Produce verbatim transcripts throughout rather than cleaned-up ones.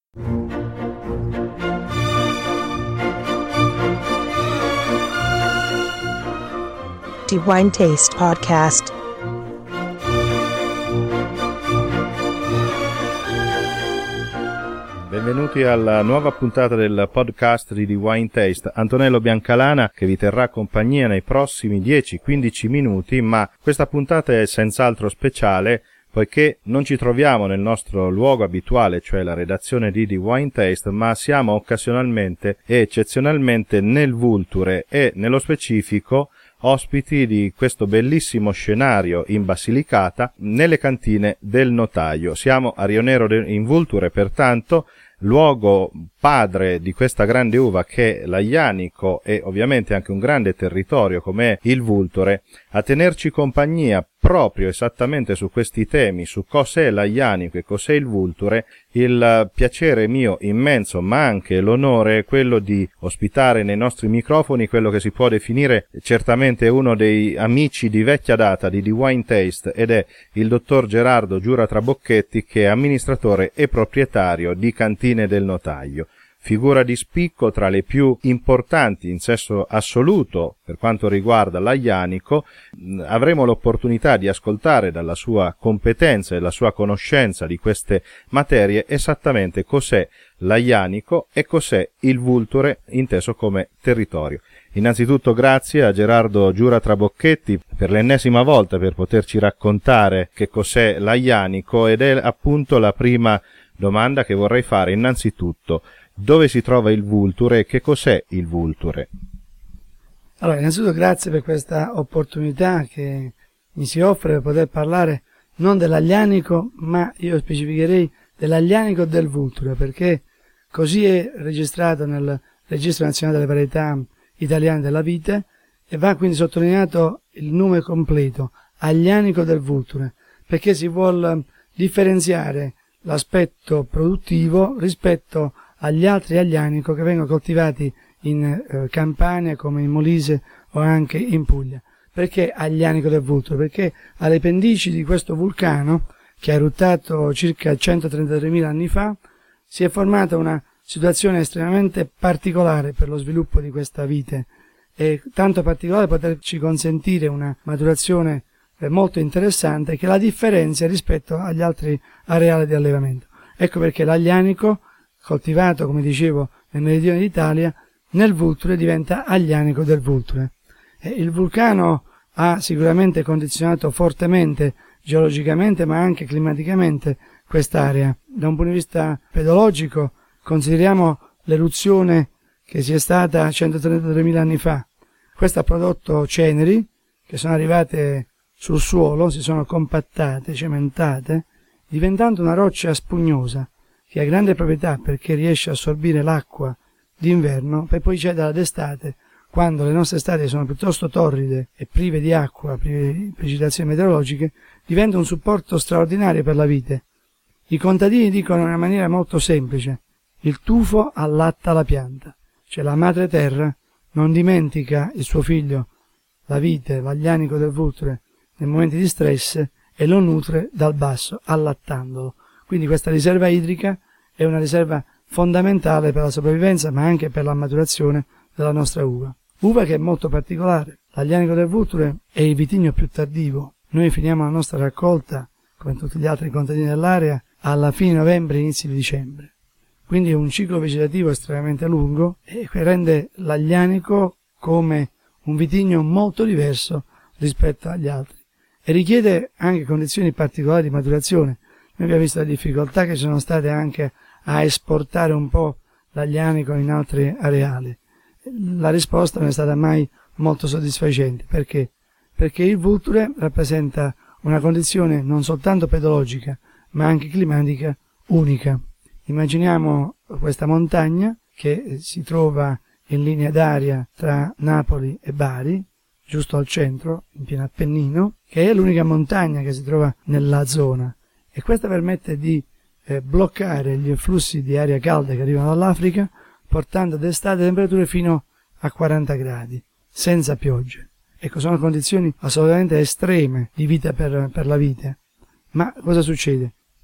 The Wine Taste Podcast. Benvenuti alla nuova puntata del podcast di The Wine Taste. Antonello Biancalana che vi terrà compagnia nei prossimi dieci quindici minuti, ma questa puntata è senz'altro speciale poiché non ci troviamo nel nostro luogo abituale, cioè la redazione di The Wine Taste, ma siamo occasionalmente e eccezionalmente nel Vulture e nello specifico ospiti di questo bellissimo scenario in Basilicata nelle cantine del Notaio. Siamo a Rio Nero in Vulture, pertanto luogo padre di questa grande uva che è l'Aglianico e ovviamente anche un grande territorio come il Vulture. A tenerci compagnia proprio esattamente su questi temi, su cos'è l'Aglianico e cos'è il Vulture, il piacere mio immenso ma anche l'onore è quello di ospitare nei nostri microfoni quello che si può definire certamente uno dei amici di vecchia data di The Wine Taste, ed è il dottor Gerardo Giura Trabocchetti, che è amministratore e proprietario di Cantine del Notaio. Figura di spicco tra le più importanti in senso assoluto per quanto riguarda l'Aglianico. Avremo l'opportunità di ascoltare dalla sua competenza e la sua conoscenza di queste materie esattamente cos'è l'Aglianico e cos'è il Vulture inteso come territorio. Innanzitutto grazie a Gerardo Giura Trabocchetti per l'ennesima volta per poterci raccontare che cos'è l'Aglianico, ed è appunto la prima domanda che vorrei fare innanzitutto. Dove si trova il Vulture e che cos'è il Vulture? Allora, innanzitutto grazie per questa opportunità che mi si offre per poter parlare non dell'Aglianico, ma io specificherei dell'Aglianico del Vulture, perché così è registrato nel Registro Nazionale delle Varietà Italiane della Vite e va quindi sottolineato il nome completo, Aglianico del Vulture, perché si vuol differenziare l'aspetto produttivo rispetto agli altri Aglianico che vengono coltivati in eh, Campania come in Molise o anche in Puglia. Perché Aglianico del Vulture? Perché alle pendici di questo vulcano, che ha eruttato circa centotrentatremila anni fa, si è formata una situazione estremamente particolare per lo sviluppo di questa vite, e tanto particolare da poterci consentire una maturazione eh, molto interessante che la differenzia rispetto agli altri areali di allevamento. Ecco perché l'Aglianico, coltivato, come dicevo, nel meridione d'Italia, nel Vulture diventa Aglianico del Vulture. E il vulcano ha sicuramente condizionato fortemente geologicamente ma anche climaticamente quest'area. Da un punto di vista pedologico consideriamo l'eruzione che sia stata centotrentatremila anni fa. Questo ha prodotto ceneri che sono arrivate sul suolo, si sono compattate, cementate, diventando una roccia spugnosa che ha grande proprietà perché riesce a assorbire l'acqua d'inverno per poi cederla d'estate, quando le nostre estati sono piuttosto torride e prive di acqua, prive di precipitazioni meteorologiche, diventa un supporto straordinario per la vite. I contadini dicono in una maniera molto semplice: il tufo allatta la pianta, cioè la madre terra non dimentica il suo figlio, la vite, l'Aglianico del Vulture, nei momenti di stress, e lo nutre dal basso, allattandolo. Quindi questa riserva idrica è una riserva fondamentale per la sopravvivenza ma anche per la maturazione della nostra uva. Uva che è molto particolare. L'Aglianico del Vulture è il vitigno più tardivo. Noi finiamo la nostra raccolta, come tutti gli altri contadini dell'area, alla fine novembre, inizi di dicembre. Quindi è un ciclo vegetativo estremamente lungo e che rende l'Aglianico come un vitigno molto diverso rispetto agli altri. E richiede anche condizioni particolari di maturazione. Noi abbiamo visto le difficoltà che ci sono state anche a esportare un po' l'Aglianico in altri areali. La risposta non è stata mai molto soddisfacente. Perché? Perché il Vulture rappresenta una condizione non soltanto pedologica, ma anche climatica unica. Immaginiamo questa montagna che si trova in linea d'aria tra Napoli e Bari, giusto al centro, in pieno Appennino, che è l'unica montagna che si trova nella zona. E questa permette di eh, bloccare gli efflussi di aria calda che arrivano dall'Africa, portando d'estate temperature fino a quaranta gradi, senza piogge. Ecco, sono condizioni assolutamente estreme di vita per, per la vite. Ma cosa succede?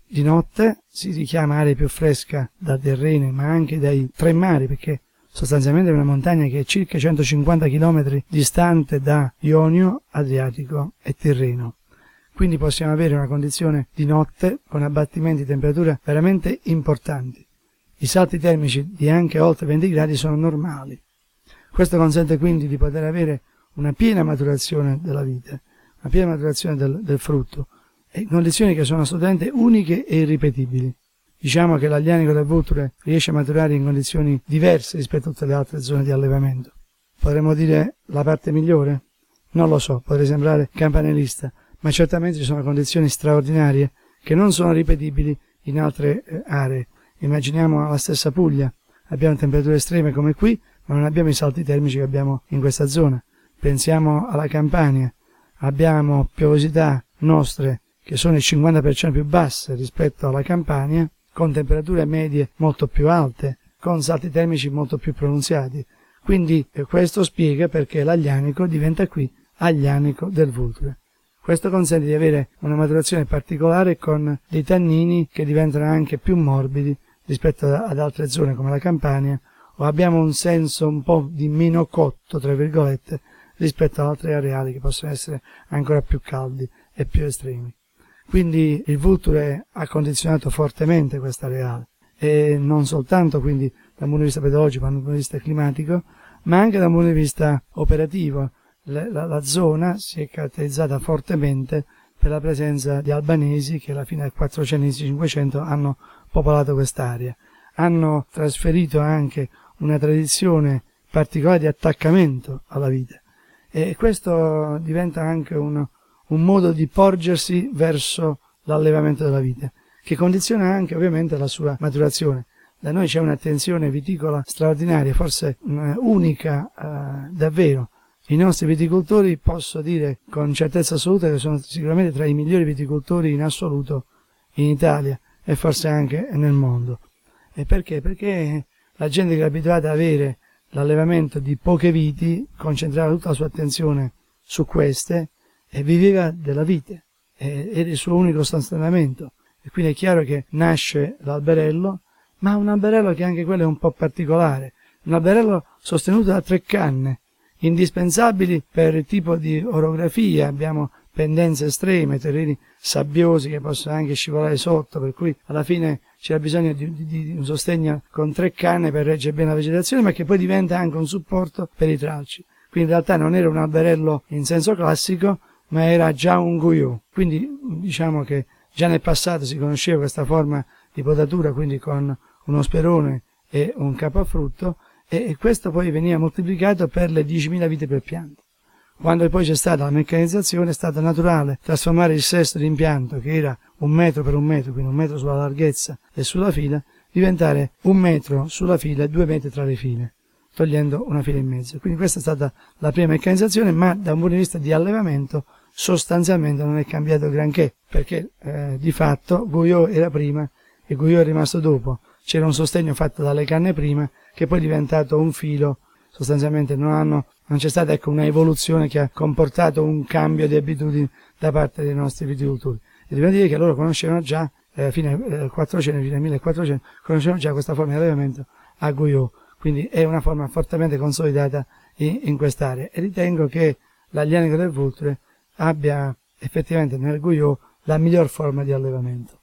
di notte, si richiama aria più fresca da Tirreno, ma anche dai tre mari, perché sostanzialmente è una montagna che è circa centocinquanta chilometri distante da Ionio, Adriatico e Tirreno. Quindi possiamo avere una condizione di notte con abbattimenti di temperatura veramente importanti. I salti termici di anche oltre venti gradi sono normali. Questo consente quindi di poter avere una piena maturazione della vite, una piena maturazione del, del frutto, e condizioni che sono assolutamente uniche e irripetibili. Diciamo che l'Aglianico del Vulture riesce a maturare in condizioni diverse rispetto a tutte le altre zone di allevamento. Potremmo dire la parte migliore? Non lo so, potrei sembrare campanilista, ma certamente ci sono condizioni straordinarie che non sono ripetibili in altre eh, aree. Immaginiamo la stessa Puglia, abbiamo temperature estreme come qui, ma non abbiamo i salti termici che abbiamo in questa zona. Pensiamo alla Campania, abbiamo piovosità nostre che sono il cinquanta per cento più basse rispetto alla Campania, con temperature medie molto più alte, con salti termici molto più pronunziati. Quindi eh, questo spiega perché l'Aglianico diventa qui Aglianico del Vulture. Questo consente di avere una maturazione particolare con dei tannini che diventano anche più morbidi rispetto ad altre zone come la Campania, o abbiamo un senso un po' di meno cotto, tra virgolette, rispetto ad altri areali che possono essere ancora più caldi e più estremi. Quindi il Vulture ha condizionato fortemente questo areale, e non soltanto quindi da un punto di vista pedologico, ma da un punto di vista climatico, ma anche da un punto di vista operativo. La, la, la zona si è caratterizzata fortemente per la presenza di albanesi che alla fine del quattrocento cinquecento hanno popolato quest'area. Hanno trasferito anche una tradizione particolare di attaccamento alla vite, e questo diventa anche un, un modo di porgersi verso l'allevamento della vite, che condiziona anche ovviamente la sua maturazione. Da noi c'è un'attenzione viticola straordinaria, forse uh, unica uh, davvero. I nostri viticoltori, posso dire con certezza assoluta, che sono sicuramente tra i migliori viticoltori in assoluto in Italia e forse anche nel mondo. E perché? Perché la gente che è abituata ad avere l'allevamento di poche viti concentrava tutta la sua attenzione su queste e viveva della vite, era il suo unico sostentamento. E quindi è chiaro che nasce l'alberello, ma un alberello che anche quello è un po' particolare, un alberello sostenuto da tre canne, indispensabili per il tipo di orografia. Abbiamo pendenze estreme, terreni sabbiosi che possono anche scivolare sotto, per cui alla fine c'era bisogno di, di, di un sostegno con tre canne per reggere bene la vegetazione, ma che poi diventa anche un supporto per i tralci. Quindi in realtà non era un alberello in senso classico, ma era già un guyot. Quindi diciamo che già nel passato si conosceva questa forma di potatura, quindi con uno sperone e un capo a frutto, e questo poi veniva moltiplicato per le diecimila vite per pianta. Quando poi c'è stata la meccanizzazione è stato naturale trasformare il sesto di impianto, che era un metro per un metro, quindi un metro sulla larghezza e sulla fila, diventare un metro sulla fila e due metri tra le file, togliendo una fila in mezzo. Quindi questa è stata la prima meccanizzazione, ma da un punto di vista di allevamento sostanzialmente non è cambiato granché, perché eh, di fatto guyot era prima e guyot è rimasto dopo. C'era un sostegno fatto dalle canne prima, che poi è diventato un filo. Sostanzialmente non, hanno, non c'è stata ecco, una evoluzione che ha comportato un cambio di abitudini da parte dei nostri viticoltori. E dobbiamo dire che loro conoscevano già, eh, fine del quattrocento, fine del millequattrocento, conoscevano già questa forma di allevamento a guyot. Quindi è una forma fortemente consolidata in, in quest'area. E ritengo che l'Aglianico del Vulture abbia effettivamente nel guyot la miglior forma di allevamento.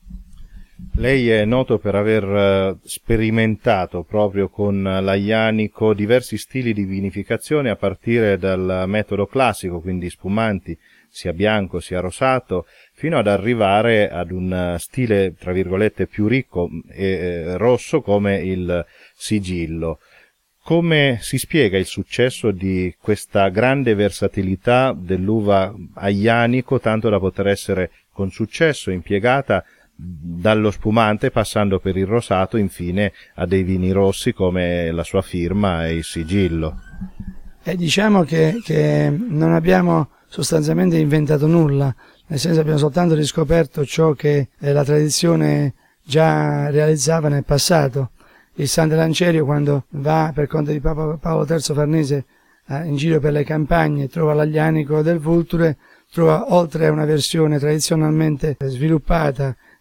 Lei è noto per aver sperimentato proprio con l'Aglianico diversi stili di vinificazione a partire dal metodo classico, quindi spumanti sia bianco sia rosato, fino ad arrivare ad un stile tra virgolette più ricco e rosso come il sigillo. Come si spiega il successo di questa grande versatilità dell'uva Aglianico, tanto da poter essere con successo impiegata dallo spumante passando per il rosato, infine a dei vini rossi come la sua firma e il sigillo? E diciamo che, che non abbiamo sostanzialmente inventato nulla, nel senso abbiamo soltanto riscoperto ciò che la tradizione già realizzava nel passato. Il Sant'Elancerio, quando va per conto di Papa Paolo terzo Farnese eh, in giro per le campagne, trova l'Aglianico del Vulture, trova oltre a una versione tradizionalmente sviluppata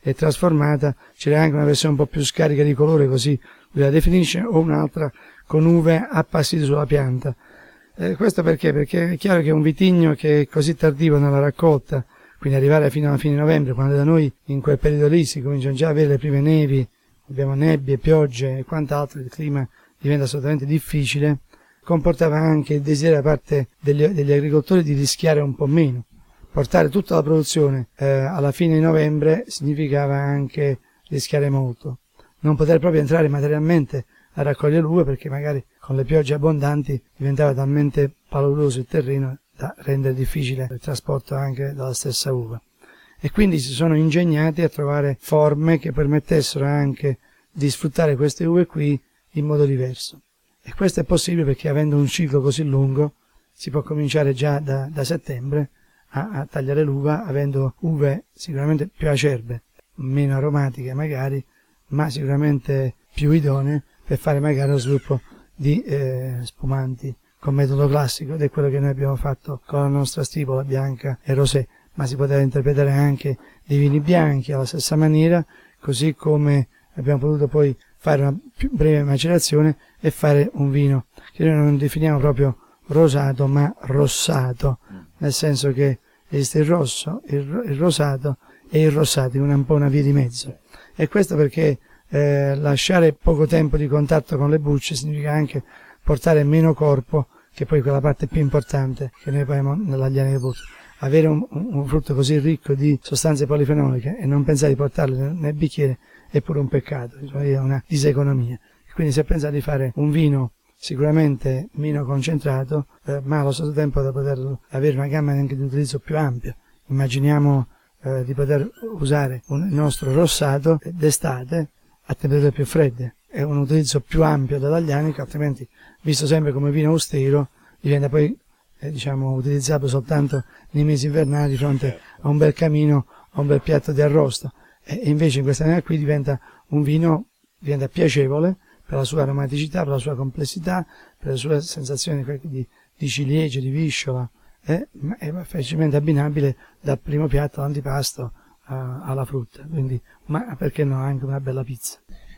è trasformata, c'era anche una versione un po' più scarica di colore, così la definisce, o un'altra con uve appassite sulla pianta. Eh, questo perché? Perché è chiaro che un vitigno che è così tardivo nella raccolta, quindi arrivare fino alla fine novembre, quando da noi in quel periodo lì si cominciano già a avere le prime nevi, abbiamo nebbie, piogge e quant'altro, il clima diventa assolutamente difficile, comportava anche il desiderio da parte degli, degli agricoltori di rischiare un po' meno. Portare tutta la produzione eh, alla fine di novembre significava anche rischiare molto. Non poter proprio entrare materialmente a raccogliere l'uva perché magari con le piogge abbondanti diventava talmente paludoso il terreno da rendere difficile il trasporto anche della stessa uva. E quindi si sono ingegnati a trovare forme che permettessero anche di sfruttare queste uve qui in modo diverso. E questo è possibile perché avendo un ciclo così lungo si può cominciare già da, da settembre a, a tagliare l'uva, avendo uve sicuramente più acerbe, meno aromatiche magari, ma sicuramente più idonee per fare magari lo sviluppo di eh, spumanti con metodo classico, ed è quello che noi abbiamo fatto con la nostra stipola bianca e rosé, ma si poteva interpretare anche dei vini bianchi alla stessa maniera, così come abbiamo potuto poi fare una più breve macerazione e fare un vino che noi non definiamo proprio rosato ma rossato, nel senso che esiste il rosso, il, il rosato e il rossato, una, un po' una via di mezzo. E questo perché eh, lasciare poco tempo di contatto con le bucce significa anche portare meno corpo, che poi è quella parte più importante che noi abbiamo nell'aglianico del Vulture. Avere un, un frutto così ricco di sostanze polifenoliche e non pensare di portarle nel, nel bicchiere è pure un peccato, è una diseconomia. Quindi si è pensato di fare un vino sicuramente meno concentrato, eh, ma allo stesso tempo da poter avere una gamma anche di utilizzo più ampia. Immaginiamo eh, di poter usare un, il nostro rossato d'estate a temperature più fredde. È un utilizzo più ampio dell'aglianico, altrimenti, visto sempre come vino austero, diventa poi eh, diciamo utilizzato soltanto nei mesi invernali di fronte a un bel camino, a un bel piatto di arrosto. E invece in questa maniera qui diventa un vino, diventa piacevole per la sua aromaticità, per la sua complessità, per le sue sensazioni di, di ciliegie, di visciola, eh, è facilmente abbinabile dal primo piatto all'antipasto a, alla frutta, quindi, ma perché no, anche una bella pizza.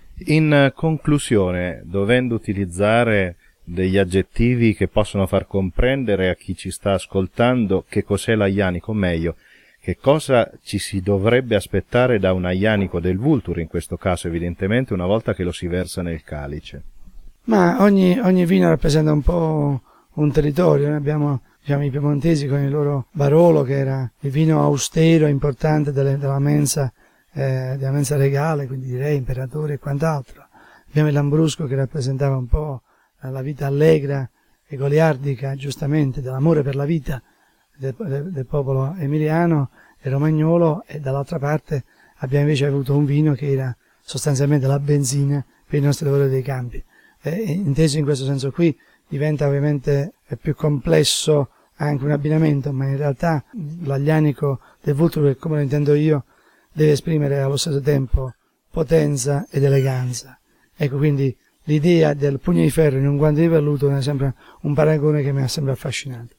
In conclusione, dovendo utilizzare degli aggettivi che possono far comprendere a chi ci sta ascoltando che cos'è l'aglianico meglio, che cosa ci si dovrebbe aspettare da un aglianico del Vulture, in questo caso evidentemente, una volta che lo si versa nel calice? Ma ogni, ogni vino rappresenta un po' un territorio. Noi abbiamo diciamo, i piemontesi con il loro Barolo, che era il vino austero, importante delle, della mensa eh, della mensa regale, quindi direi imperatore e quant'altro. Abbiamo il Lambrusco, che rappresentava un po' la vita allegra e goliardica, giustamente, dell'amore per la vita del, del, del popolo emiliano e romagnolo, e dall'altra parte abbiamo invece avuto un vino che era sostanzialmente la benzina per i nostri lavori dei campi. E, inteso in questo senso qui, diventa ovviamente più complesso anche un abbinamento, ma in realtà l'aglianico del Vulture, come lo intendo io, deve esprimere allo stesso tempo potenza ed eleganza. Ecco, quindi l'idea del pugno di ferro in un guanto di velluto è sempre un paragone che mi ha sempre affascinato.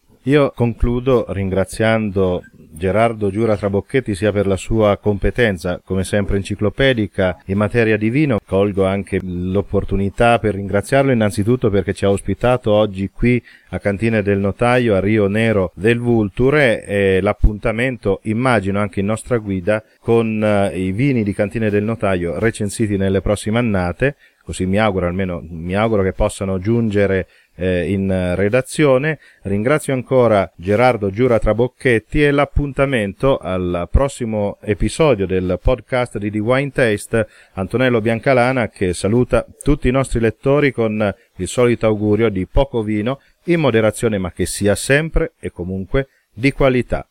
Io concludo ringraziando Gerardo Giura Trabocchetti sia per la sua competenza, come sempre enciclopedica, in materia di vino. Colgo anche l'opportunità per ringraziarlo innanzitutto perché ci ha ospitato oggi qui a Cantine del Notaio, a Rio Nero del Vulture, e l'appuntamento, immagino anche in nostra guida, con uh, i vini di Cantine del Notaio recensiti nelle prossime annate. Così mi auguro, almeno mi auguro che possano giungere eh, in redazione. Ringrazio ancora Gerardo Giura Trabocchetti e l'appuntamento al prossimo episodio del podcast di The Wine Taste. Antonello Biancalana che saluta tutti i nostri lettori con il solito augurio di poco vino, in moderazione, ma che sia sempre e comunque di qualità.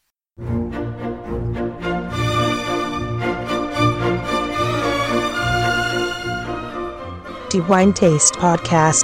The Wine Taste Podcast.